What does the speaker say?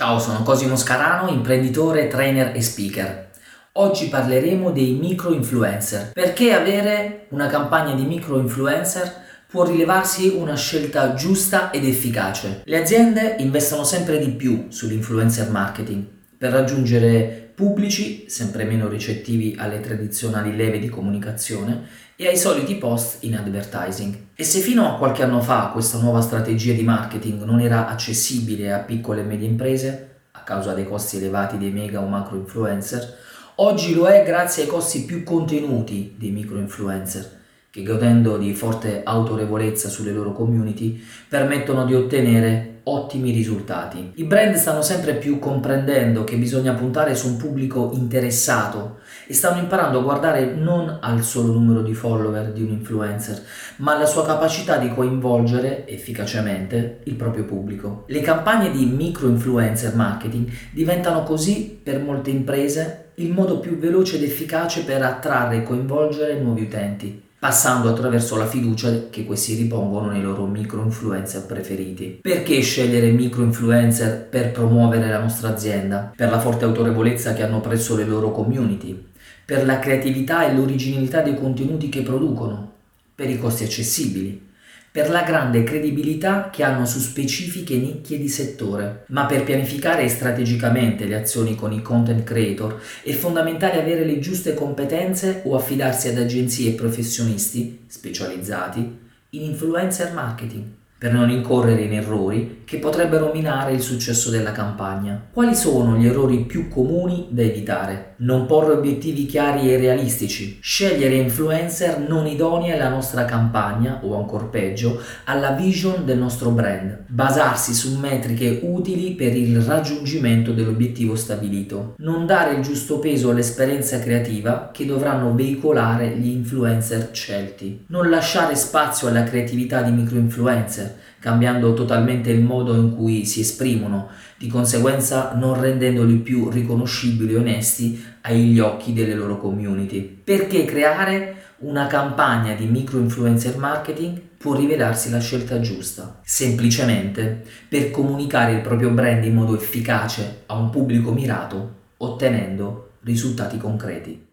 Ciao, sono Cosimo Scarano, imprenditore, trainer e speaker. Oggi parleremo dei micro-influencer. Perché avere una campagna di micro-influencer può rilevarsi una scelta giusta ed efficace. Le aziende investono sempre di più sull'influencer marketing per raggiungere pubblici sempre meno ricettivi alle tradizionali leve di comunicazione e ai soliti post in advertising. E se fino a qualche anno fa questa nuova strategia di marketing non era accessibile a piccole e medie imprese, a causa dei costi elevati dei mega o macro influencer, oggi lo è grazie ai costi più contenuti dei micro influencer, che godendo di forte autorevolezza sulle loro community permettono di ottenere ottimi risultati. I brand stanno sempre più comprendendo che bisogna puntare su un pubblico interessato e stanno imparando a guardare non al solo numero di follower di un influencer, ma alla sua capacità di coinvolgere efficacemente il proprio pubblico. Le campagne di micro-influencer marketing diventano così per molte imprese il modo più veloce ed efficace per attrarre e coinvolgere nuovi utenti, passando attraverso la fiducia che questi ripongono nei loro micro-influencer preferiti. Perché scegliere micro-influencer per promuovere la nostra azienda? Per la forte autorevolezza che hanno presso le loro community, per la creatività e l'originalità dei contenuti che producono, per i costi accessibili, per la grande credibilità che hanno su specifiche nicchie di settore. Ma per pianificare strategicamente le azioni con i content creator è fondamentale avere le giuste competenze o affidarsi ad agenzie e professionisti specializzati in influencer marketing, per non incorrere in errori che potrebbero minare il successo della campagna. Quali sono gli errori più comuni da evitare? Non porre obiettivi chiari e realistici, scegliere influencer non idonei alla nostra campagna o ancor peggio alla vision del nostro brand, basarsi su metriche utili per il raggiungimento dell'obiettivo stabilito, non dare il giusto peso all'esperienza creativa che dovranno veicolare gli influencer scelti, non lasciare spazio alla creatività di micro-influencer, cambiando totalmente il modo in cui si esprimono, di conseguenza non rendendoli più riconoscibili e onesti agli occhi delle loro community. Perché creare una campagna di micro-influencer marketing può rivelarsi la scelta giusta? Semplicemente per comunicare il proprio brand in modo efficace a un pubblico mirato, ottenendo risultati concreti.